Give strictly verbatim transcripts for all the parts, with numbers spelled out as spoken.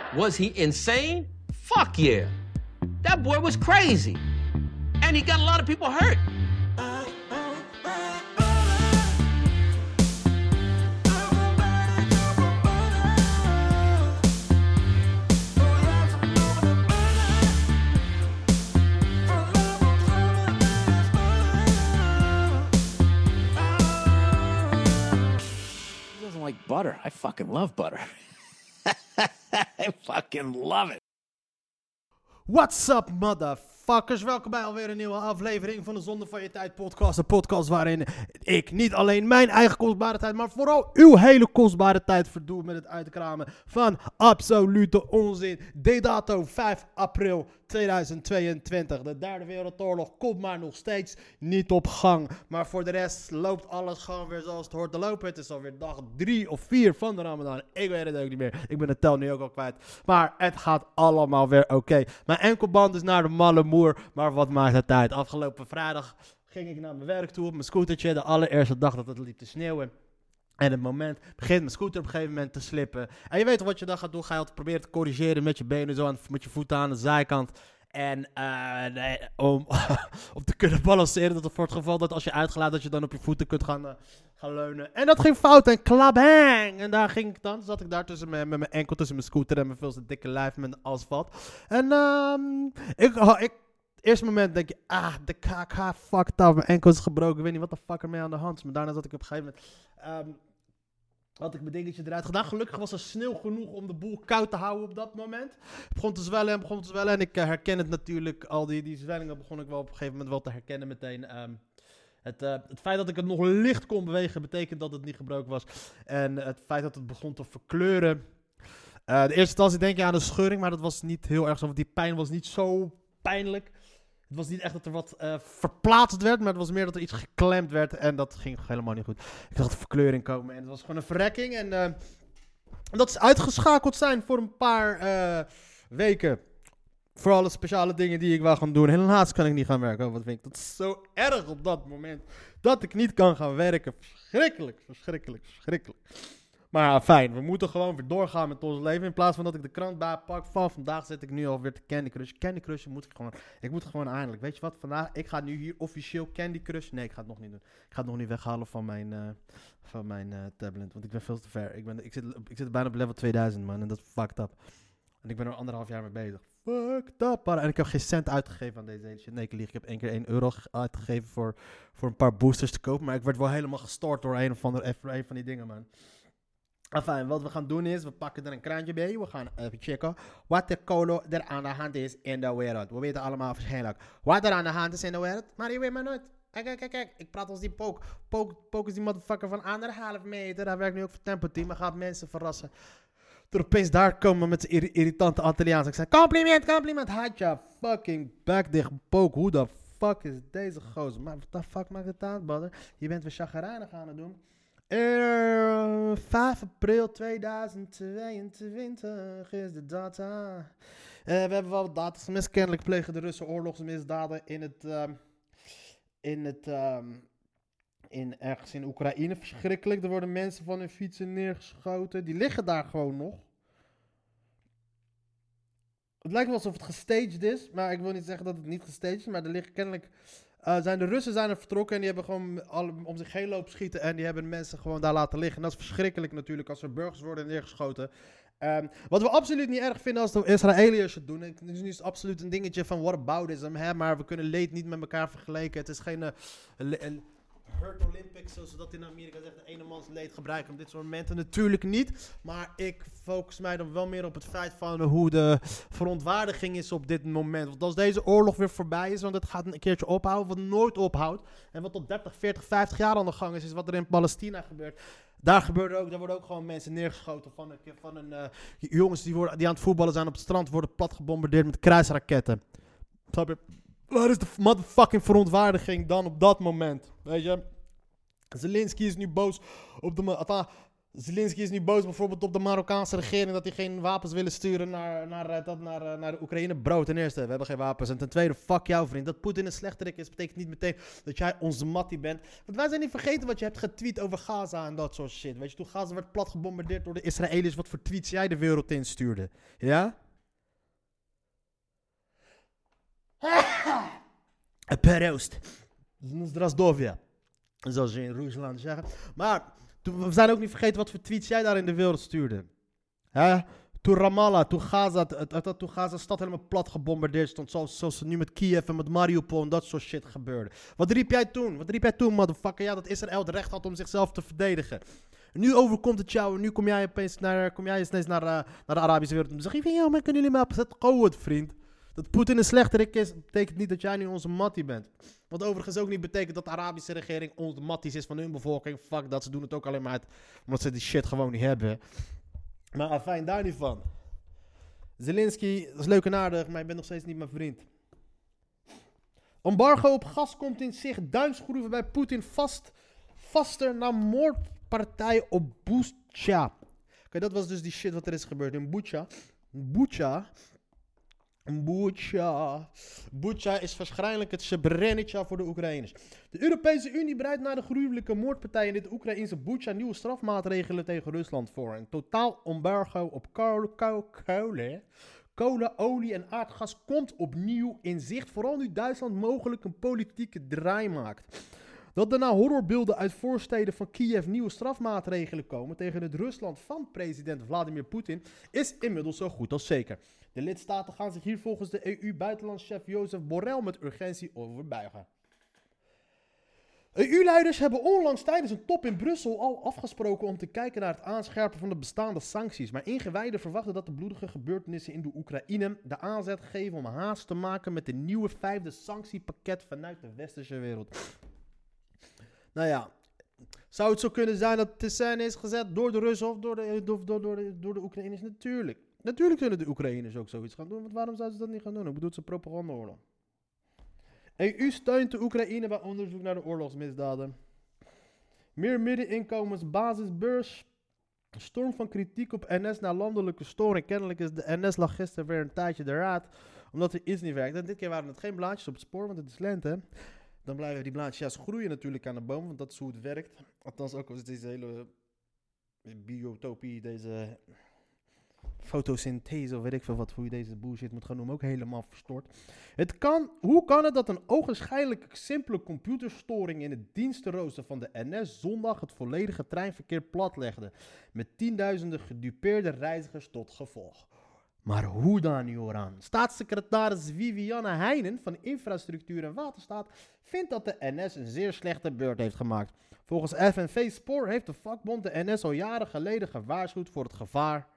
Was he insane? Fuck yeah. That boy was crazy. And he got a lot of people hurt. Like butter. I fucking love butter. I fucking love it. What's up, motherfuckers? Welkom bij alweer een nieuwe aflevering van de Zonde van je Tijd podcast. Een podcast waarin ik niet alleen mijn eigen kostbare tijd, maar vooral uw hele kostbare tijd verdoe met het uitkramen van absolute onzin. De dato vijf april tweeduizend tweeëntwintig. De derde wereldoorlog komt maar nog steeds niet op gang. Maar voor de rest loopt alles gewoon weer zoals het hoort te lopen. Het is alweer dag drie of vier van de Ramadan. Ik weet het ook niet meer. Ik ben de tel nu ook al kwijt. Maar het gaat allemaal weer oké. Okay. Mijn enkelband is naar de malle moer. Maar wat maakt het uit? Afgelopen vrijdag ging ik naar mijn werk toe op mijn scootertje. De allereerste dag dat het liep te sneeuwen. En het moment begint mijn scooter op een gegeven moment te slippen. En je weet wat je dan gaat doen. Ga je altijd proberen te corrigeren met je benen zo, aan, met je voeten aan de zijkant. En uh, nee, om, om te kunnen balanceren. Dat voor het geval dat als je uitgelaat dat je dan op je voeten kunt gaan, uh, gaan leunen. En dat ging fout en klabang. En daar ging ik dan. Zat ik daar tussen mijn, met mijn enkel tussen mijn scooter en mijn veel te dikke lijf met een asfalt. En um, ik... Oh, ik eerste moment denk je, ah, de K K fucked up, mijn enkel is gebroken, ik weet niet wat de fuck ermee aan de hand is. Maar daarna zat ik op een gegeven moment, um, had ik mijn dingetje eruit gedaan. Gelukkig was er sneeuw genoeg om de boel koud te houden op dat moment. Het begon te zwellen en begon te zwellen en ik uh, herken het natuurlijk, al die, die zwellingen begon ik wel op een gegeven moment wel te herkennen meteen. Um, Het, uh, het feit dat ik het nog licht kon bewegen, betekent dat het niet gebroken was. En het feit dat het begon te verkleuren. Uh, de eerste instantie denk je aan een scheuring, maar dat was niet heel erg zo, want die pijn was niet zo pijnlijk. Het was niet echt dat er wat uh, verplaatst werd, maar het was meer dat er iets geklemd werd. En dat ging helemaal niet goed. Ik zag de verkleuring komen en het was gewoon een verrekking. En uh, dat is uitgeschakeld zijn voor een paar uh, weken. Voor alle speciale dingen die ik wou gaan doen. Helaas kan ik niet gaan werken. Oh, wat vind ik dat is zo erg op dat moment. Dat ik niet kan gaan werken. Verschrikkelijk, verschrikkelijk, verschrikkelijk. Maar ja, fijn. We moeten gewoon weer doorgaan met ons leven. In plaats van dat ik de krant bijpak. Van vandaag zit ik nu alweer te Candy Crush. Candy Crush moet ik gewoon. Ik moet gewoon eindelijk. Weet je wat? Vandaag. Ik ga nu hier officieel Candy Crush. Nee, ik ga het nog niet doen. Ik ga het nog niet weghalen van mijn, uh, van mijn uh, tablet. Want ik ben veel te ver. Ik, ben, ik, zit, ik zit bijna op level tweeduizend, man. En dat is fucked up. En ik ben er anderhalf jaar mee bezig. Fucked up. Man. En ik heb geen cent uitgegeven aan deze hele shit. Nee, ik lieg. Ik heb één keer één euro uitgegeven voor, voor een paar boosters te kopen. Maar ik werd wel helemaal gestoord door een of andere een van die dingen, man. Enfin, wat we gaan doen is, we pakken er een kraantje bij. We gaan even checken wat de kolo er aan de hand is in de wereld. We weten allemaal waarschijnlijk wat er aan de hand is in de wereld. Maar je weet maar nooit. Kijk, kijk, kijk, kijk. Ik praat als die Poke. Poke, Poke is die motherfucker van anderhalf meter. Hij werkt nu ook voor Tempo Team. Hij gaat mensen verrassen. Toen opeens daar komen met zijn irri- irritante Italiaans. Ik zei, compliment, compliment. Had je fucking back dicht, Poke. Hoe de fuck is deze gozer? Maar wat de fuck maakt het uit, brother? Je bent weer chagrijnig aan het doen. Uh, vijf april tweeduizend tweeëntwintig is de data. Uh, we hebben wel wat data gemist. Kennelijk plegen de Russen oorlogsmisdaden in het, um, in het, um, in ergens in Oekraïne. Verschrikkelijk. Er worden mensen van hun fietsen neergeschoten. Die liggen daar gewoon nog. Het lijkt wel alsof het gestaged is, maar ik wil niet zeggen dat het niet gestaged is, maar er liggen kennelijk. Uh, zijn de Russen zijn er vertrokken en die hebben gewoon al, om zich heen lopen schieten en die hebben mensen gewoon daar laten liggen. En dat is verschrikkelijk natuurlijk als er burgers worden neergeschoten. Um, wat we absoluut niet erg vinden als de Israëliërs het doen. Het is nu absoluut een dingetje van whataboutism, hè, maar we kunnen leed niet met elkaar vergelijken. Het is geen uh, le- een hurt Olympics, zoals dat in Amerika zegt, de ene mans leed gebruiken op dit soort momenten. Natuurlijk niet, maar ik focus mij dan wel meer op het feit van hoe de verontwaardiging is op dit moment. Want als deze oorlog weer voorbij is, want het gaat een keertje ophouden, wat nooit ophoudt, en wat tot dertig, veertig, vijftig jaar aan de gang is, is wat er in Palestina gebeurt. Daar gebeuren ook, daar worden ook gewoon mensen neergeschoten van een, van een uh, jongens die, worden, die aan het voetballen zijn op het strand, worden plat gebombardeerd met kruisraketten. Snap je? Waar is de motherfucking verontwaardiging dan op dat moment? Weet je? Zelensky is nu boos op de... Althans, Zelensky is nu boos bijvoorbeeld op de Marokkaanse regering dat die geen wapens willen sturen naar, naar, naar, naar, naar de Oekraïne. Bro, ten eerste, we hebben geen wapens. En ten tweede, fuck jou vriend. Dat Poetin een slechterik is, betekent niet meteen dat jij onze mattie bent. Want wij zijn niet vergeten wat je hebt getweet over Gaza en dat soort shit. Weet je, toen Gaza werd plat gebombardeerd door de Israëli's, wat voor tweets jij de wereld instuurde. Ja? Peroost. Zdrazdovia. Zoals je in Rusland zeggen. Maar we zijn ook niet vergeten wat voor tweets jij daar in de wereld stuurde. Hè? Toen Ramallah, toen Gaza, toen Gaza stad helemaal plat gebombardeerd stond. Zoals, zoals nu met Kiev en met Mariupol en dat soort shit gebeurde. Wat riep jij toen? Wat riep jij toen, motherfucker? Ja, dat Israël het recht had om zichzelf te verdedigen. En nu overkomt het jou en nu kom jij opeens naar, kom jij eens naar, uh, naar de Arabische wereld. En dan zeg je van, ja, maar kunnen jullie maar opzet goed, vriend. Dat Poetin een slechterik is, betekent niet dat jij nu onze mattie bent. Wat overigens ook niet betekent dat de Arabische regering onze matties is van hun bevolking. Fuck dat, ze doen het ook alleen maar uit, omdat ze die shit gewoon niet hebben. Maar afijn, daar niet van. Zelensky, dat is leuk en aardig, maar je bent nog steeds niet mijn vriend. Embargo op gas komt in zich, duimschroeven bij Poetin vast, vaster na moordpartij op Bucha. Kijk, dat was dus die shit wat er is gebeurd in Bucha. Bucha... Bucha. Bucha is waarschijnlijk het Srebrenica voor de Oekraïners. De Europese Unie bereidt na de gruwelijke moordpartij in dit Oekraïnse Bucha nieuwe strafmaatregelen tegen Rusland voor. Een totaal embargo op kolen, kolen, kolen, olie en aardgas komt opnieuw in zicht. Vooral nu Duitsland mogelijk een politieke draai maakt. Dat er na horrorbeelden uit voorsteden van Kiev nieuwe strafmaatregelen komen tegen het Rusland van president Vladimir Poetin is inmiddels zo goed als zeker. De lidstaten gaan zich hier volgens de E U-buitenlandschef Jozef Borrell met urgentie over buigen. E U-leiders hebben onlangs tijdens een top in Brussel al afgesproken om te kijken naar het aanscherpen van de bestaande sancties. Maar ingewijden verwachten dat de bloedige gebeurtenissen in de Oekraïne de aanzet geven om haast te maken met de nieuwe vijfde sanctiepakket vanuit de westerse wereld. Nou ja, zou het zo kunnen zijn dat het te scène is gezet door de Russen of door de, door, door, door de, door de Oekraïners? Natuurlijk. Natuurlijk kunnen de Oekraïners ook zoiets gaan doen, want waarom zouden ze dat niet gaan doen? Ik bedoel, het is een propagandaoorlog. E U steunt de Oekraïne bij onderzoek naar de oorlogsmisdaden. Meer middeninkomensbasisbeurs. Storm van kritiek op N S na landelijke storing. Kennelijk is de N S lag gisteren weer een tijdje eruit, omdat er iets niet werkt. En dit keer waren het geen blaadjes op het spoor, want het is lente. Dan blijven die blaadjes juist groeien natuurlijk aan de boom, want dat is hoe het werkt. Althans ook als deze hele biotopie, deze fotosynthese of weet ik veel wat, hoe je deze bullshit moet gaan noemen, ook helemaal verstoord. Het kan, hoe kan het dat een ogenschijnlijk simpele computerstoring in het dienstenrooster van de N S zondag het volledige treinverkeer platlegde, met tienduizenden gedupeerde reizigers tot gevolg? Maar hoe dan, Joran? Staatssecretaris Viviane Heijnen van Infrastructuur en Waterstaat vindt dat de N S een zeer slechte beurt heeft gemaakt. Volgens F N V Spoor heeft de vakbond de N S al jaren geleden gewaarschuwd voor het gevaar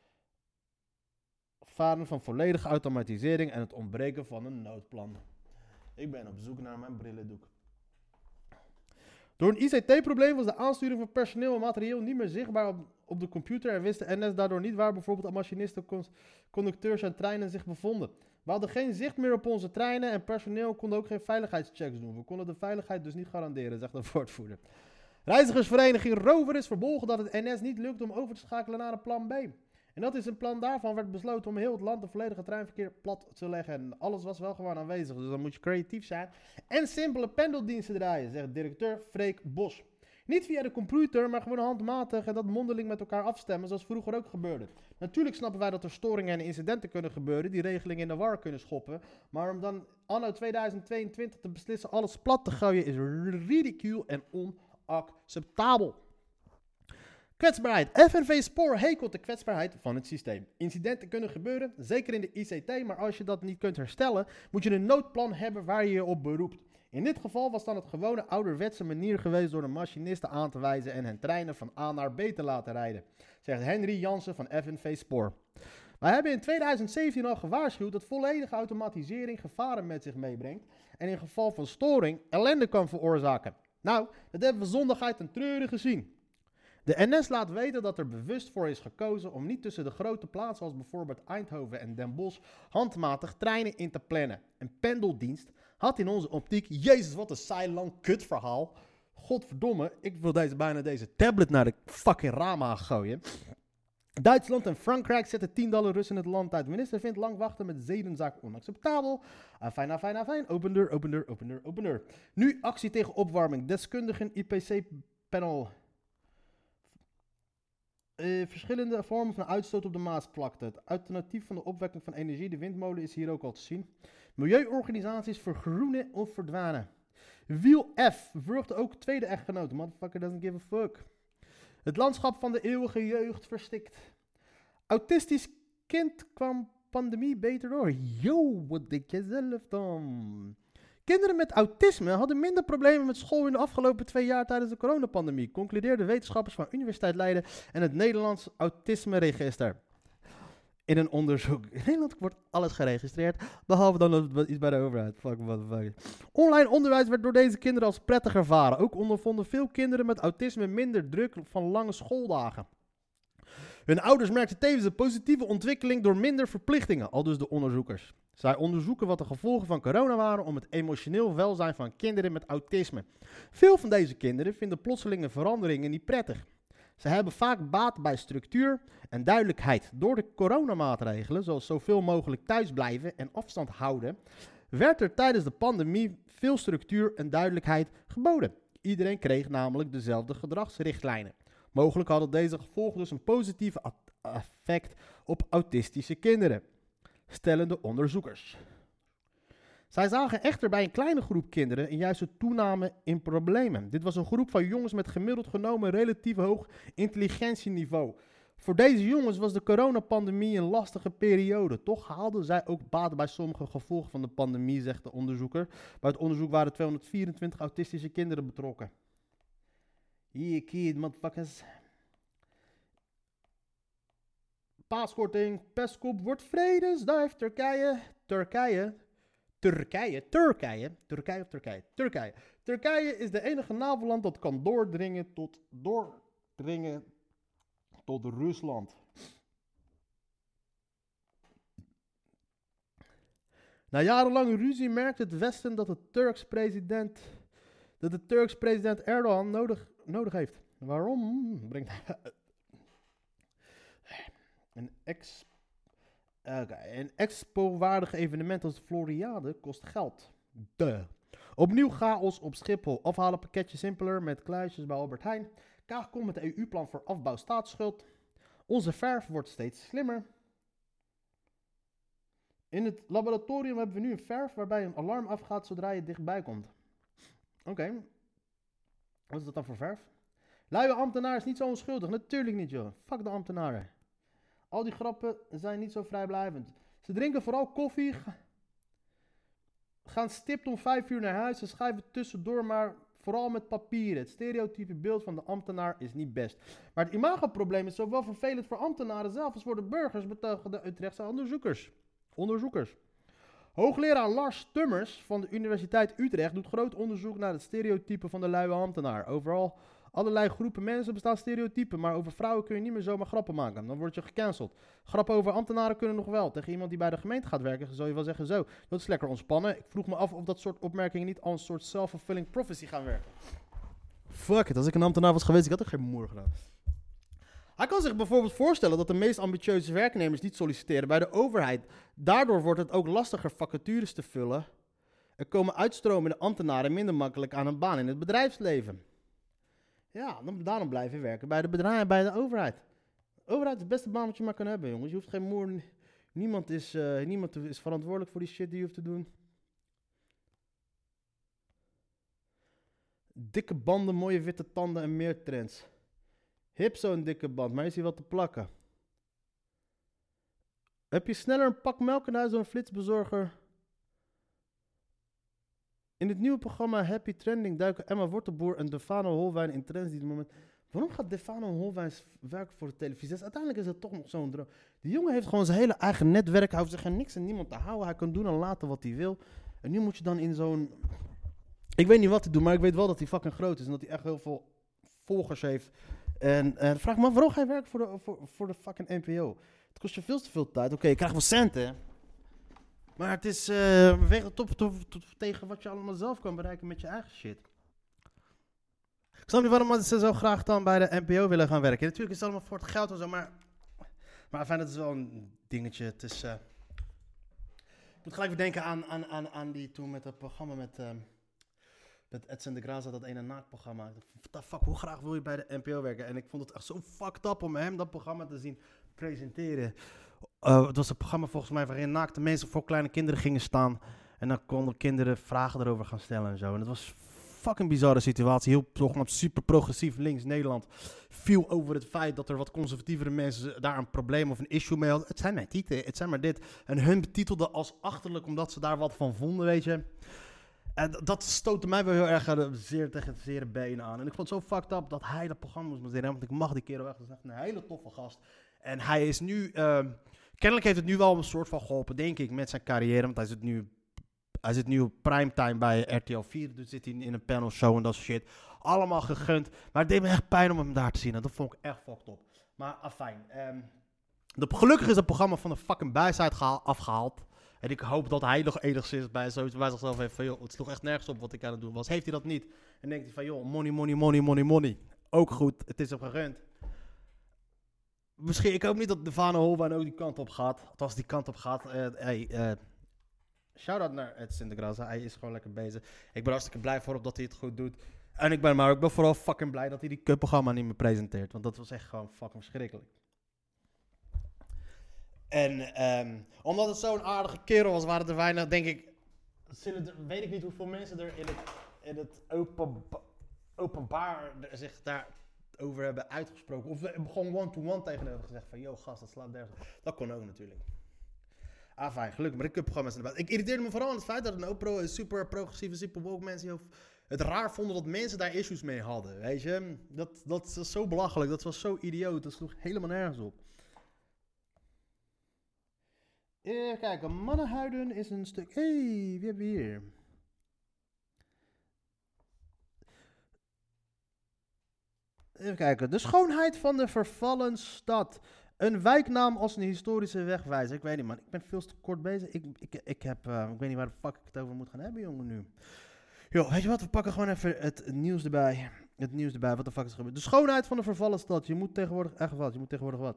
varen van volledige automatisering en het ontbreken van een noodplan. Ik ben op zoek naar mijn brillendoek. Door een I C T-probleem was de aansturing van personeel en materieel niet meer zichtbaar op, op de computer en wist de N S daardoor niet waar bijvoorbeeld machinisten, conducteurs en treinen zich bevonden. We hadden geen zicht meer op onze treinen en personeel kon ook geen veiligheidschecks doen. We konden de veiligheid dus niet garanderen, zegt de woordvoerder. Reizigersvereniging Rover is verbolgen dat het N S niet lukt om over te schakelen naar een plan B. En dat is een plan daarvan werd besloten om heel het land de volledige treinverkeer plat te leggen. En alles was wel gewoon aanwezig, dus dan moet je creatief zijn. En simpele pendeldiensten draaien, zegt directeur Freek Bos. Niet via de computer, maar gewoon handmatig en dat mondeling met elkaar afstemmen, zoals vroeger ook gebeurde. Natuurlijk snappen wij dat er storingen en incidenten kunnen gebeuren, die regelingen in de war kunnen schoppen. Maar om dan anno tweeduizend tweeëntwintig te beslissen alles plat te gooien is ridicule en onacceptabel. Kwetsbaarheid. F N V Spoor hekelt de kwetsbaarheid van het systeem. Incidenten kunnen gebeuren, zeker in de I C T, maar als je dat niet kunt herstellen, moet je een noodplan hebben waar je je op beroept. In dit geval was dan het gewone ouderwetse manier geweest door de machinisten aan te wijzen en hen treinen van A naar B te laten rijden, zegt Henry Jansen van F N V Spoor. Wij hebben in tweeduizend zeventien al gewaarschuwd dat volledige automatisering gevaren met zich meebrengt en in geval van storing ellende kan veroorzaken. Nou, dat hebben we zondag uit een treurig gezien. De N S laat weten dat er bewust voor is gekozen om niet tussen de grote plaatsen als bijvoorbeeld Eindhoven en Den Bosch handmatig treinen in te plannen. Een pendeldienst had in onze optiek, jezus wat een saai lang kutverhaal, Godverdomme, ik wil deze, bijna deze tablet naar de fucking ramen gooien. Duitsland en Frankrijk zetten tien dollar Russen het land uit. Minister vindt lang wachten met zedenzaak onacceptabel. Afijn, afijn, afijn. Open deur, open deur, open deur, open deur. Nu actie tegen opwarming. Deskundigen I P C-panel. Uh, verschillende vormen van uitstoot op de Maas plakte. Het alternatief van de opwekking van energie, de windmolen, is hier ook al te zien. Milieuorganisaties vergroenen of verdwijnen. Wiel F vervruchtte ook tweede echtgenoot. Motherfucker doesn't give a fuck. Het landschap van de eeuwige jeugd verstikt. Autistisch kind kwam pandemie beter door. Yo, wat denk je zelf dan? Kinderen met autisme hadden minder problemen met school in de afgelopen twee jaar tijdens de coronapandemie, concludeerden wetenschappers van Universiteit Leiden en het Nederlands Autisme Register. In een onderzoek. In Nederland wordt alles geregistreerd, behalve dan iets bij de overheid. Fuck, motherfucker. Online onderwijs werd door deze kinderen als prettig ervaren. Ook ondervonden veel kinderen met autisme minder druk van lange schooldagen. Hun ouders merkten tevens een positieve ontwikkeling door minder verplichtingen, aldus de onderzoekers. Zij onderzoeken wat de gevolgen van corona waren om het emotioneel welzijn van kinderen met autisme. Veel van deze kinderen vinden plotselinge veranderingen niet prettig. Ze hebben vaak baat bij structuur en duidelijkheid. Door de coronamaatregelen, zoals zoveel mogelijk thuisblijven en afstand houden, werd er tijdens de pandemie veel structuur en duidelijkheid geboden. Iedereen kreeg namelijk dezelfde gedragsrichtlijnen. Mogelijk hadden deze gevolgen dus een positieve effect op autistische kinderen, stellen de onderzoekers. Zij zagen echter bij een kleine groep kinderen een juiste toename in problemen. Dit was een groep van jongens met gemiddeld genomen relatief hoog intelligentieniveau. Voor deze jongens was de coronapandemie een lastige periode. Toch haalden zij ook baat bij sommige gevolgen van de pandemie, zegt de onderzoeker. Bij het onderzoek waren tweehonderdvierentwintig autistische kinderen betrokken. Hier, kid, motherfuckers. Paaskorting, pestkop wordt vredesduif. Turkije, Turkije, Turkije, Turkije, Turkije of Turkije, Turkije. Turkije is de enige NAVO-land dat kan doordringen tot, doordringen tot Rusland. Na jarenlange ruzie merkt het Westen dat de Turks president, dat de Turks president Erdogan nodig, nodig heeft. Waarom? Brengt een ex... Okay. Een expo-waardig evenement als de Floriade kost geld. Duh. Opnieuw chaos op Schiphol. Afhalen pakketje simpeler met kluisjes bij Albert Heijn. Kaag komt met E U-plan voor afbouw staatsschuld. Onze verf wordt steeds slimmer. In het laboratorium hebben we nu een verf waarbij een alarm afgaat zodra je dichtbij komt. Oké. Okay. Wat is dat dan voor verf? Luie ambtenaar is niet zo onschuldig. Natuurlijk niet, joh. Fuck de ambtenaren. Al die grappen zijn niet zo vrijblijvend. Ze drinken vooral koffie, gaan stipt om vijf uur naar huis en schrijven tussendoor, maar vooral met papieren. Het stereotype beeld van de ambtenaar is niet best. Maar het imagoprobleem is zowel vervelend voor ambtenaren zelf als voor de burgers, betuigen de Utrechtse onderzoekers. onderzoekers. Hoogleraar Lars Stummers van de Universiteit Utrecht doet groot onderzoek naar het stereotype van de luie ambtenaar. Overal allerlei groepen mensen bestaan stereotypen, maar over vrouwen kun je niet meer zomaar grappen maken. Dan word je gecanceld. Grappen over ambtenaren kunnen nog wel. Tegen iemand die bij de gemeente gaat werken, zou je wel zeggen zo. Dat is lekker ontspannen. Ik vroeg me af of dat soort opmerkingen niet al een soort self-fulfilling prophecy gaan werken. Fuck it, als ik een ambtenaar was geweest, ik had er geen moer gedaan. Hij kan zich bijvoorbeeld voorstellen dat de meest ambitieuze werknemers niet solliciteren bij de overheid. Daardoor wordt het ook lastiger vacatures te vullen. Er komen uitstromende ambtenaren minder makkelijk aan een baan in het bedrijfsleven. Ja, dan, daarom blijf je werken bij de bedrijven, bij de overheid. De overheid is het beste baan wat je maar kan hebben, jongens. Je hoeft geen moer... Niemand is, uh, niemand is verantwoordelijk voor die shit die je hoeft te doen. Dikke banden, mooie witte tanden en meer trends. Hip zo'n dikke band, maar is hij wat te plakken? Heb je sneller een pak melk in huis dan een flitsbezorger? In het nieuwe programma Happy Trending duiken Emma Wortelboer en Defano Holwijn in trends die het moment... Waarom gaat Defano Holwijn werken voor de televisie? Dus uiteindelijk is dat toch nog zo'n droom. Die jongen heeft gewoon zijn hele eigen netwerk. Hij hoeft zich aan niks en niemand te houden. Hij kan doen en laten wat hij wil. En nu moet je dan in zo'n... Ik weet niet wat hij doet, maar ik weet wel dat hij fucking groot is. En dat hij echt heel veel volgers heeft. En uh, vraag me af, waarom ga je werken voor de, voor, voor de fucking N P O? Het kost je veel te veel tijd. Oké, okay, je krijgt wel centen. Maar het is uh, weegt het op tegen wat je allemaal zelf kan bereiken met je eigen shit. Ik snap niet waarom ze zo graag dan bij de N P O willen gaan werken. Natuurlijk is het allemaal voor het geld en zo, maar... Maar fijn, dat is wel een dingetje. Het is... Uh... Ik moet gelijk weer denken aan, aan, aan, aan die toen met dat programma met... Uh... Met Edson de Graza, dat ene naakprogramma. What the fuck, hoe graag wil je bij de N P O werken? En ik vond het echt zo fucked up om hem dat programma te zien presenteren. Uh, het was een programma volgens mij waarin naakte mensen voor kleine kinderen gingen staan. En dan konden kinderen vragen erover gaan stellen en zo. En het was fucking bizarre situatie. Heel zogenaamd super progressief links Nederland viel over het feit dat er wat conservatievere mensen daar een probleem of een issue mee hadden. Het zijn mijn tieten, het zijn maar dit. En hun betitelden als achterlijk omdat ze daar wat van vonden, weet je. En dat stootte mij wel heel erg uh, zeer tegen het zere been aan. En ik vond het zo fucked up dat hij dat programma moest moderen. Want ik mag die kerel echt. Dat is echt een hele toffe gast. En hij is nu... Uh, kennelijk heeft het nu wel een soort van geholpen, denk ik, met zijn carrière. Want hij zit nu, hij zit nu op primetime bij R T L vier. Dus zit hij in een panelshow en dat soort shit. Allemaal gegund. Maar het deed me echt pijn om hem daar te zien. En dat vond ik echt fucked up. Maar afijn. Um, de, gelukkig is het programma van de fucking bijside gehaal, afgehaald. En ik hoop dat hij nog enigszins bij, zoiets bij zichzelf heeft van... joh, het sloeg echt nergens op wat ik aan het doen was. Heeft hij dat niet? En denkt hij van, joh, money, money, money, money, money. Ook goed, het is hem gegund. Misschien, ik hoop niet dat Devane Holwijn ook die kant op gaat. Als die kant op gaat, uh, hey, uh, shout-out naar Edson de Graza. Hij is gewoon lekker bezig. Ik ben hartstikke blij voor hem dat hij het goed doet. En ik ben, maar ik ben vooral fucking blij dat hij die cupprogramma niet meer presenteert. Want dat was echt gewoon fucking verschrikkelijk. En um, omdat het zo'n aardige kerel was, waren er weinig, denk ik... Er, weet ik niet hoeveel mensen er in het, in het open, openbaar zich daarover hebben uitgesproken. Of gewoon one-to-one tegen hebben gezegd van... yo, gast, dat slaat nergens. Dat kon ook natuurlijk. Ah, fijn, gelukkig. Maar de cupprogramma's inderdaad. Ik irriteerde me vooral aan het feit dat een opro super progressieve, super woke mensen... het raar vonden dat mensen daar issues mee hadden, weet je. Dat, dat was zo belachelijk, dat was zo idioot. Dat sloeg helemaal nergens op. Even kijken, mannenhuiden is een stuk... Hé, hey, wie hebben we hier? Even kijken, de schoonheid van de vervallen stad. Een wijknaam als een historische wegwijzer. Ik weet niet, man, ik ben veel te kort bezig. Ik, ik, ik, heb, uh, ik weet niet waar de fuck ik het over moet gaan hebben, jongen, nu. Yo, weet je wat, we pakken gewoon even het nieuws erbij. Het nieuws erbij, wat de fuck is er gebeurd. De schoonheid van de vervallen stad. Je moet tegenwoordig... Echt wat, je moet tegenwoordig wat.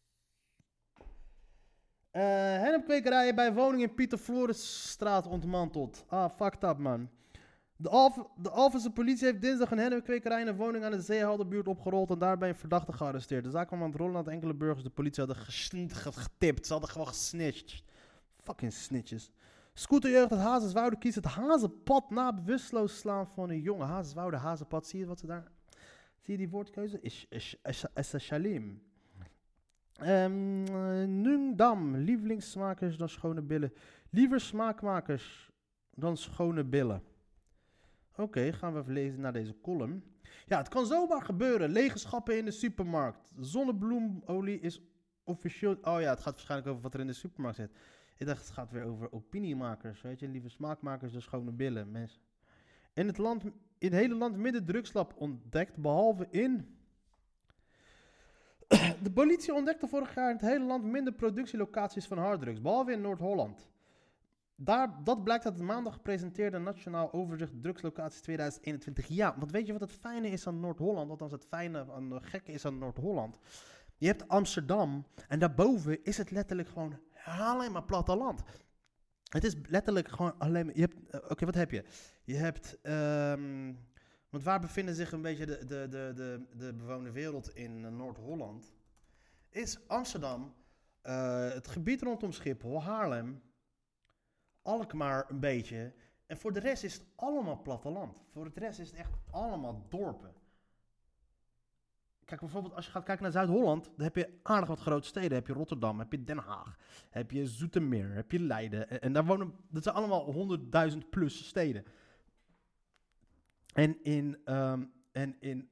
Uh, hennepkwekerijen bij woning in Pieter Florisstraat ontmanteld. Ah, fucked up, man. De, Alf, de Alphense politie heeft dinsdag een hennepkwekerij in een woning aan de Zeehelderbuurt opgerold en daarbij een verdachte gearresteerd. De zaak kwam aan het rollen nadat enkele burgers de politie hadden getipt. Ze hadden gewoon gesnitcht. Fucking snitches. Scooterjeugd uit Hazenswoude kiest het Hazenpad na bewusteloos slaan van een jongen. Hazenswoude, Hazenpad, zie je wat ze daar... Zie je die woordkeuze? Is, is, is, is, is Shalim. Um, uh, Nungdam, lievelingssmakers dan schone billen. Liever smaakmakers dan schone billen. Oké, okay, gaan we even lezen naar deze column. Ja, het kan zomaar gebeuren. Lege schappen in de supermarkt. Zonnebloemolie is officieel... Oh ja, het gaat waarschijnlijk over wat er in de supermarkt zit. Ik dacht, het gaat weer over opiniemakers. Weet je, lieve smaakmakers dan schone billen. Mensen. In het land, in het hele land minder drugslab ontdekt, behalve in... De politie ontdekte vorig jaar in het hele land minder productielocaties van harddrugs, behalve in Noord-Holland. Daar, dat blijkt uit het maandag gepresenteerde Nationaal Overzicht Drugslocaties tweeduizend eenentwintig. Ja, want weet je wat het fijne is aan Noord-Holland? Althans het fijne en de gekke is aan Noord-Holland. Je hebt Amsterdam en daarboven is het letterlijk gewoon alleen maar platteland. Het is letterlijk gewoon alleen maar... Je hebt, uh, Oké, okay, wat heb je? Je hebt... Um, Want waar bevinden zich een beetje de, de, de, de, de bewoonde wereld in uh, Noord-Holland? Is Amsterdam, uh, het gebied rondom Schiphol, Haarlem, Alkmaar een beetje. En voor de rest is het allemaal platteland. Voor de rest is het echt allemaal dorpen. Kijk, bijvoorbeeld als je gaat kijken naar Zuid-Holland, dan heb je aardig wat grote steden. Heb je Rotterdam, heb je Den Haag, heb je Zoetermeer, heb je Leiden. En, en daar wonen, dat zijn allemaal honderdduizend plus steden. En in, um, en in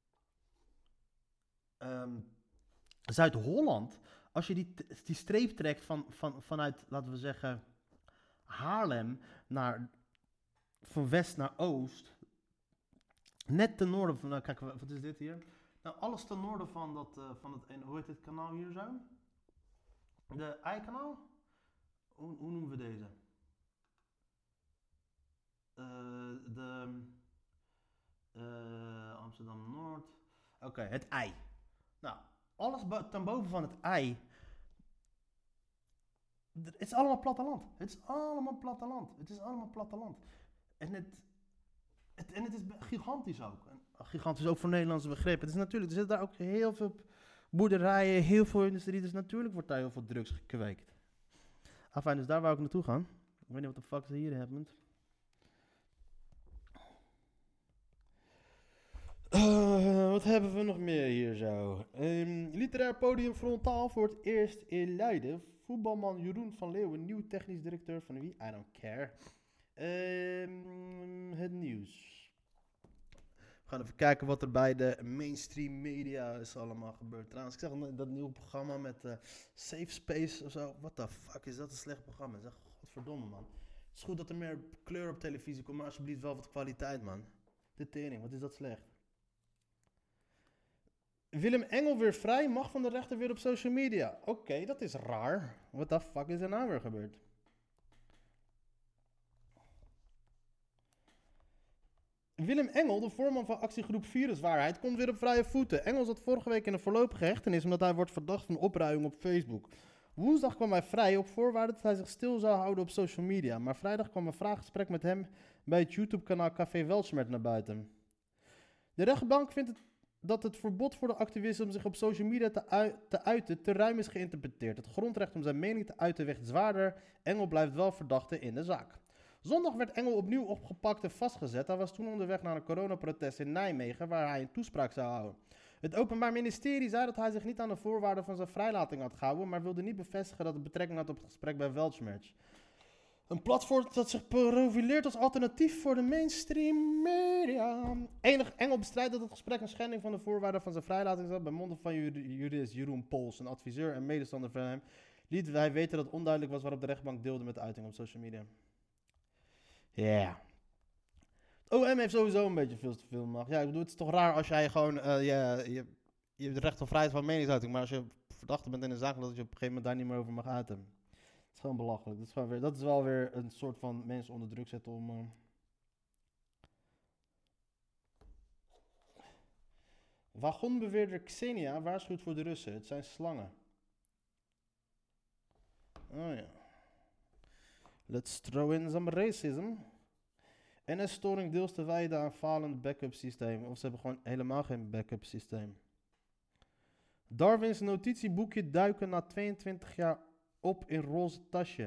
um, Zuid-Holland, als je die, die streep trekt van, van, vanuit, laten we zeggen, Haarlem naar, van west naar oost, net ten noorden van, nou kijk, wat is dit hier? Nou, alles ten noorden van dat, uh, van het, en hoe heet dit kanaal hier zo? De Eikanaal? Hoe, hoe noemen we deze? Uh, de... Uh, Amsterdam-Noord. Oké, okay, het ei. Nou, alles bo- ten boven van het ei. Het is allemaal platteland. Het is allemaal platteland. Het is allemaal platteland. En het, het, en het is gigantisch ook. En gigantisch ook voor Nederlandse begrippen. Het is natuurlijk, er zitten daar ook heel veel boerderijen, heel veel industrie. Dus natuurlijk wordt daar heel veel drugs gekweekt. Afijn, dus daar wou ik naartoe gaan. Ik weet niet wat de fuck ze hier hebben. Uh, wat hebben we nog meer hier zo? Um, literair podium frontaal voor het eerst in Leiden. Voetbalman Jeroen van Leeuwen, nieuw technisch directeur van wie? I don't care. Um, het nieuws. We gaan even kijken wat er bij de mainstream media is allemaal gebeurd. Trouwens, ik zeg dat nieuwe programma met uh, Safe Space of zo. What the fuck is dat een slecht programma? Zeg, godverdomme man. Het is goed dat er meer kleur op televisie komt, maar alsjeblieft wel wat kwaliteit man. De tering, wat is dat slecht. Willem Engel weer vrij, mag van de rechter weer op social media. Oké, okay, dat is raar. What the fuck is er nou weer gebeurd? Willem Engel, de voorman van actiegroep Viruswaarheid, komt weer op vrije voeten. Engel zat vorige week in een voorlopige hechtenis omdat hij wordt verdacht van opruiing op Facebook. Woensdag kwam hij vrij op voorwaarde dat hij zich stil zou houden op social media. Maar vrijdag kwam een vraaggesprek met hem bij het YouTube-kanaal Café Weltschmerz naar buiten. De rechtbank vindt het dat het verbod voor de activist om zich op social media te, ui- te uiten te ruim is geïnterpreteerd. Het grondrecht om zijn mening te uiten weegt zwaarder. Engel blijft wel verdachte in de zaak. Zondag werd Engel opnieuw opgepakt en vastgezet. Hij was toen onderweg naar een coronaprotest in Nijmegen waar hij een toespraak zou houden. Het Openbaar Ministerie zei dat hij zich niet aan de voorwaarden van zijn vrijlating had gehouden, maar wilde niet bevestigen dat het betrekking had op het gesprek bij Weltschmerz. Een platform dat zich profileert als alternatief voor de mainstream media. Enig Engel bestrijdt dat het gesprek een schending van de voorwaarden van zijn vrijlating zat. Bij monden van jurist Jeroen Pols, een adviseur en medestander van hem, liet hij weten dat het onduidelijk was waarop de rechtbank deelde met de uiting op social media. Ja. Yeah. Het O M heeft sowieso een beetje veel te veel macht. Ja, ik bedoel, het is toch raar als jij gewoon, uh, je, je, je hebt recht op vrijheid van meningsuiting, maar als je verdachte bent in een zaak, dat je op een gegeven moment daar niet meer over mag uiten. Het is gewoon belachelijk. Dat is, wel weer, dat is wel weer een soort van mensen onder druk zetten om... Uh... Wagonbeweerder Xenia waarschuwt voor de Russen. Het zijn slangen. Oh ja. Let's throw in some racism. N S-storing deels te wijden aan falend backup systeem. Of ze hebben gewoon helemaal geen backup systeem. Darwins notitieboekje duiken na tweeëntwintig jaar op in roze tasje.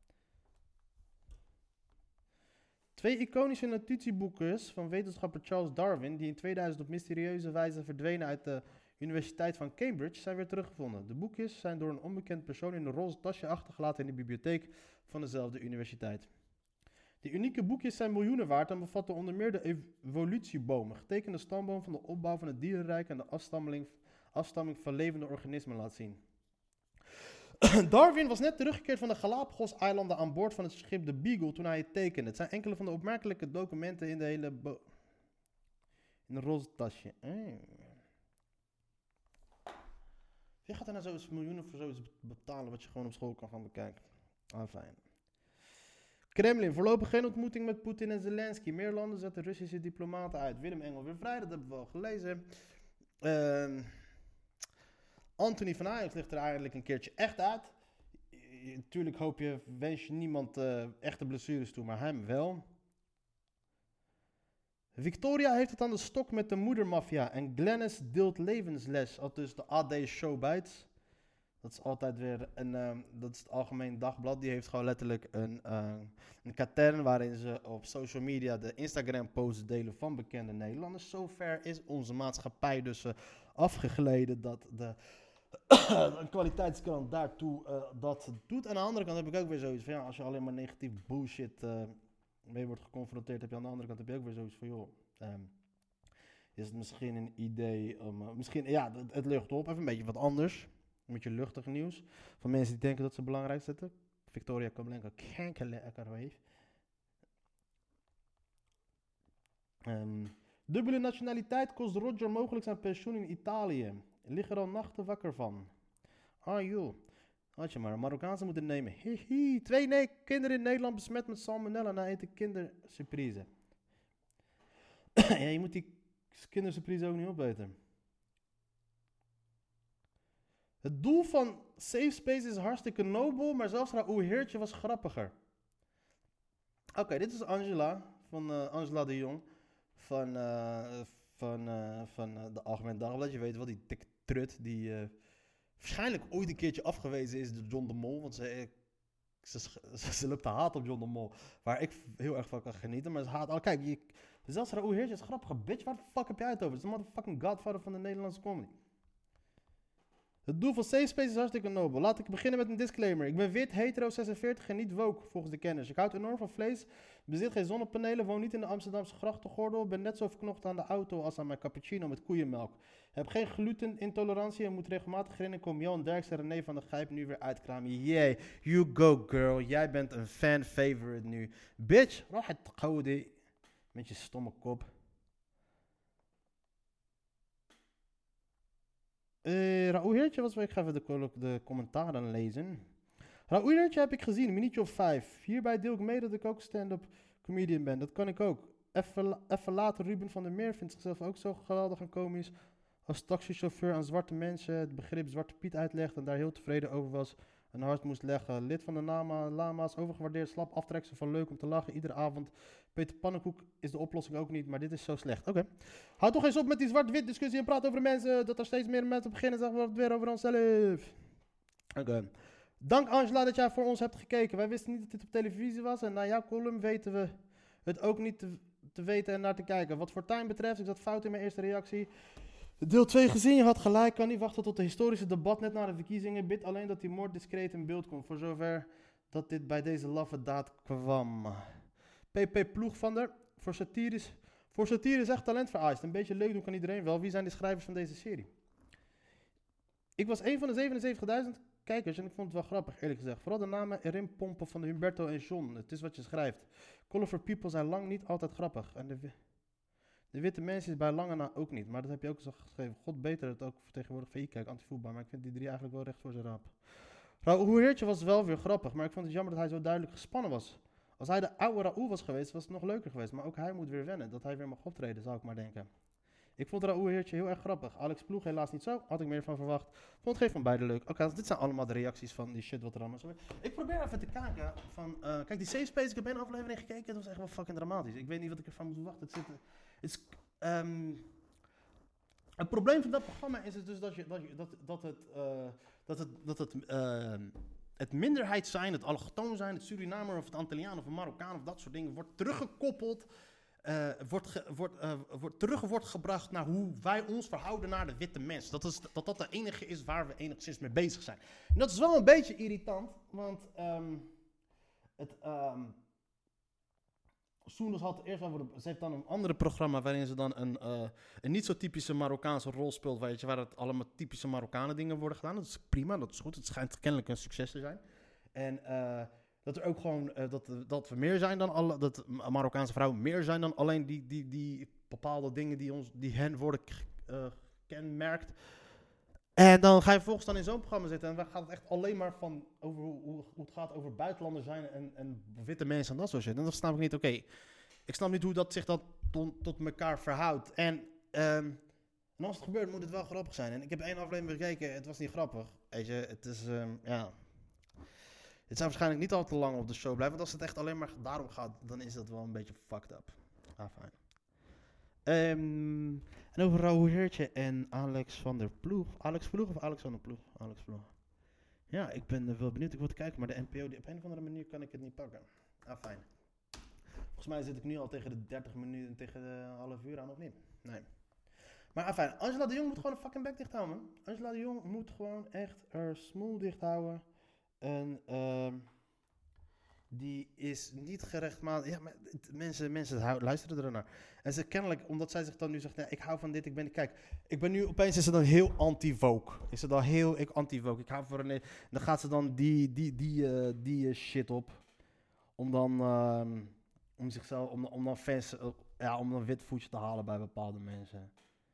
Twee iconische notitieboekjes van wetenschapper Charles Darwin, die in tweeduizend op mysterieuze wijze verdwenen uit de Universiteit van Cambridge, zijn weer teruggevonden. De boekjes zijn door een onbekend persoon in een roze tasje achtergelaten in de bibliotheek van dezelfde universiteit. De unieke boekjes zijn miljoenen waard en bevatten onder meer de evolutieboom, getekende stamboom van de opbouw van het dierenrijk en de afstammeling, afstamming van levende organismen laat zien. Darwin was net teruggekeerd van de Galapagos-eilanden aan boord van het schip de Beagle toen hij het tekende. Het zijn enkele van de opmerkelijke documenten in de hele bo- in een roze tasje. Mm. Wie gaat er nou zoiets miljoenen voor zoiets betalen wat je gewoon op school kan gaan bekijken? Ah, fijn. Kremlin, voorlopig geen ontmoeting met Poetin en Zelensky. Meer landen zetten Russische diplomaten uit. Willem Engel weer vrij, dat hebben we al gelezen. Uh, Anthony van Ajax ligt er eigenlijk een keertje echt uit. Natuurlijk hoop je, wens je niemand uh, echte blessures toe, maar hem wel. Victoria heeft het aan de stok met de moedermafia en Glennis deelt levensles, al dus de A D Showbites. Dat is altijd weer een, uh, dat is het Algemeen Dagblad. Die heeft gewoon letterlijk een, uh, een katern waarin ze op social media de Instagram posts delen van bekende Nederlanders. Zover is onze maatschappij dus uh, afgegleden dat de een kwaliteitskrant daartoe uh, dat doet. Aan de andere kant heb ik ook weer zoiets van, ja, als je alleen maar negatief bullshit uh, mee wordt geconfronteerd, heb je aan de andere kant heb je ook weer zoiets van, joh, um, is het misschien een idee om, uh, misschien, ja, het, het lucht op, even een beetje wat anders. Een beetje luchtig nieuws. Van mensen die denken dat ze belangrijk zitten. Victoria Koblenko kankerlekker. Um, dubbele nationaliteit kost Roger mogelijk zijn pensioen in Italië. Lig er al nachten wakker van. Ah joh. Had je maar een Marokkaanse moeten nemen. Hihi. Twee ne- kinderen in Nederland besmet met salmonella na eten kindersurprise. Ja, je moet die kindersurprise ook niet opeten. Het doel van Safe Space is hartstikke nobel, maar zelfs Raoul Heertje was grappiger. Oké, okay, dit is Angela, van uh, Angela de Jong, van, uh, van, uh, van uh, de Algemeen Dagblad. Je weet wel, die dikke trut die uh, waarschijnlijk ooit een keertje afgewezen is door John de Mol, want ze... Ze, ze, ze loopt te haat op John de Mol, waar ik heel erg van kan genieten. Maar ze haat al. Kijk, je, zelfs Raoul Heertje is een grappige bitch. Waar de fuck heb jij het over? Het is de motherfucking godfather van de Nederlandse comedy. Het doel van Safe Space is hartstikke nobel. Laat ik beginnen met een disclaimer. Ik ben wit, hetero, zesenveertig en niet woke, volgens de kennis. Ik houd enorm van vlees, bezit geen zonnepanelen, woon niet in de Amsterdamse grachtengordel, ben net zo verknocht aan de auto als aan mijn cappuccino met koeienmelk. Heb geen glutenintolerantie en moet regelmatig rennen. Kom Johan Derks en René van der Gijp nu weer uitkramen. Yay, you go girl. Jij bent een fan favorite nu. Bitch, rahat goudi. Met je stomme kop. Uh, Raoul Heertje was ik ga even de, de commentaren lezen. Raoul Heertje heb ik gezien, een minuutje of vijf. Hierbij deel ik mee dat ik ook stand-up comedian ben. Dat kan ik ook. Even, even later, Ruben van der Meer vindt zichzelf ook zo geweldig en komisch. Als taxichauffeur aan zwarte mensen het begrip Zwarte Piet uitlegt en daar heel tevreden over was. Een hart moest leggen. Lid van de Nama, Lama's, overgewaardeerd, slap, aftreksel van leuk om te lachen iedere avond. Peter Pannenkoek is de oplossing ook niet, maar dit is zo slecht. Oké. Okay. Houd toch eens op met die zwart-wit discussie en praat over de mensen, dat er steeds meer mensen beginnen zeggen we het weer over onszelf. Oké. Okay. Dank Angela dat jij voor ons hebt gekeken. Wij wisten niet dat dit op televisie was en na jouw column weten we het ook niet te, te weten en naar te kijken. Wat Fortuyn betreft, ik zat fout in mijn eerste reactie. Deel twee gezien, je had gelijk, kan niet wachten tot het historische debat net na de verkiezingen. Bid alleen dat die moord discreet in beeld komt, voor zover dat dit bij deze laffe daad kwam. P P Ploegvander, voor satire is, voor satire is echt talent vereist. Een beetje leuk doen kan iedereen wel. Wie zijn de schrijvers van deze serie? Ik was een van de zevenenzeventigduizend kijkers en ik vond het wel grappig, eerlijk gezegd. Vooral de namen erin pompen van Humberto en John. Het is wat je schrijft. Colorful people zijn lang niet altijd grappig. En de... De witte mensen is bij lange na ook niet, maar dat heb je ook zo geschreven. God beter het ook tegenwoordig V I kijkt, antivoetbal, maar ik vind die drie eigenlijk wel recht voor zijn raap. Raoul Heertje was wel weer grappig, maar ik vond het jammer dat hij zo duidelijk gespannen was. Als hij de oude Raoul was geweest, was het nog leuker geweest, maar ook hij moet weer wennen, dat hij weer mag optreden, zou ik maar denken. Ik vond Raoul Heertje heel erg grappig. Alex Ploeg helaas niet zo, had ik meer van verwacht. Vond geen van beide leuk. Oké, okay, dit zijn allemaal de reacties van die shit wat er allemaal zo is. Ik probeer even te kijken van, uh, kijk die Safe Space, ik heb één aflevering gekeken, het was echt wel fucking dramatisch. Ik weet niet wat ik ervan moet verwachten. Het zit... Het is... Um, het probleem van dat programma is het dus dat, je, dat, je, dat, dat het, uh, dat het, dat het, uh, het minderheid zijn, het allochtoon zijn, het Surinamer of het Antilliaan of het Marokkaan of dat soort dingen wordt teruggekoppeld, uh, wordt, ge, wordt, uh, wordt terug wordt gebracht naar hoe wij ons verhouden naar de witte mens. Dat, is, dat dat de enige is waar we enigszins mee bezig zijn. En dat is wel een beetje irritant, want um, het... Um, Soenders had eerst over de, ze heeft dan een andere programma waarin ze dan een, uh, een niet zo typische Marokkaanse rol speelt, weet je, waar het allemaal typische Marokkanen dingen worden gedaan. Dat is prima, dat is goed. Het schijnt kennelijk een succes te zijn. En uh, dat er ook gewoon, uh, dat, dat we meer zijn dan alle, dat Marokkaanse vrouwen meer zijn dan alleen die, die, die bepaalde dingen die, ons, die hen worden uh, kenmerkt. En dan ga je vervolgens dan in zo'n programma zitten en dan gaat het echt alleen maar van over hoe, hoe, hoe het gaat over buitenlanders zijn en, en witte mensen en dat soort shit. En dat snap ik niet. Oké, okay, ik snap niet hoe dat zich dat tot, tot elkaar verhoudt. En, um, en als het gebeurt moet het wel grappig zijn. En ik heb één aflevering gekeken, het was niet grappig. Weet je, het is, um, ja... Het zou waarschijnlijk niet al te lang op de show blijven, want als het echt alleen maar daarom gaat, dan is dat wel een beetje fucked up. Ah, fijn. Um, en over Raoul Heertje en Alex van der Ploeg. Alex Ploeg of Alex van der Ploeg? Alex Ploeg. Ja, ik ben uh, wel benieuwd. Ik wil te kijken, maar de N P O, die, op een of andere manier kan ik het niet pakken. Ah, fijn. Volgens mij zit ik nu al tegen de dertig minuten, tegen de half uur aan, of niet? Nee. Maar ah, fijn. Angela de Jong moet gewoon een fucking bek dicht houden, man. Angela de Jong moet gewoon echt haar smoel dicht houden. En, uh, die is niet gerechtmatig. Ja, maar het, mensen, mensen luisteren er naar. En ze kennelijk, omdat zij zich dan nu zegt, nee, ik hou van dit, ik ben... Kijk, ik ben nu opeens, is ze dan heel anti-woke. Is ze dan heel ik, anti-woke. Ik hou van René. Dan gaat ze dan die, die, die, uh, die uh, shit op. Om dan, uh, om zichzelf, om, om dan fans, uh, ja, om dan wit voetje te halen bij bepaalde mensen.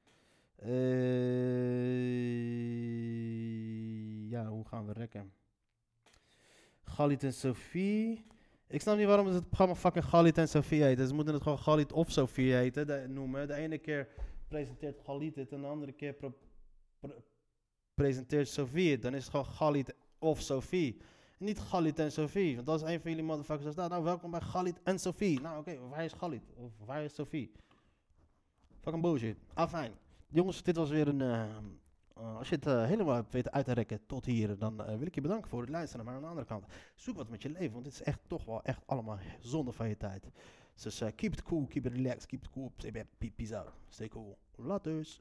Uh, ja, hoe gaan we rekken? Galit en Sophie. Ik snap niet waarom ze het programma fucking Galit en Sophie heet. Ze moeten het gewoon Galit of Sophie heten, de, noemen. De ene keer presenteert Galit het en de andere keer pro- pre- presenteert Sophie het. Dan is het gewoon Galit of Sophie. En niet Galit en Sophie. Want als een van jullie motherfuckers zegt, nou, nou welkom bij Galit en Sophie. Nou oké, okay, waar is Galit? Of waar is Sophie? Fucking bullshit. Afijn. Jongens, dit was weer een... Uh, uh, als je het uh, helemaal hebt weten uit te rekken tot hier, dan uh, wil ik je bedanken voor het luisteren. Maar aan de andere kant, zoek wat met je leven. Want dit is echt toch wel echt allemaal zonde van je tijd. Dus uh, keep it cool, keep it relaxed, keep it cool. Peace out. Stay cool. Laters.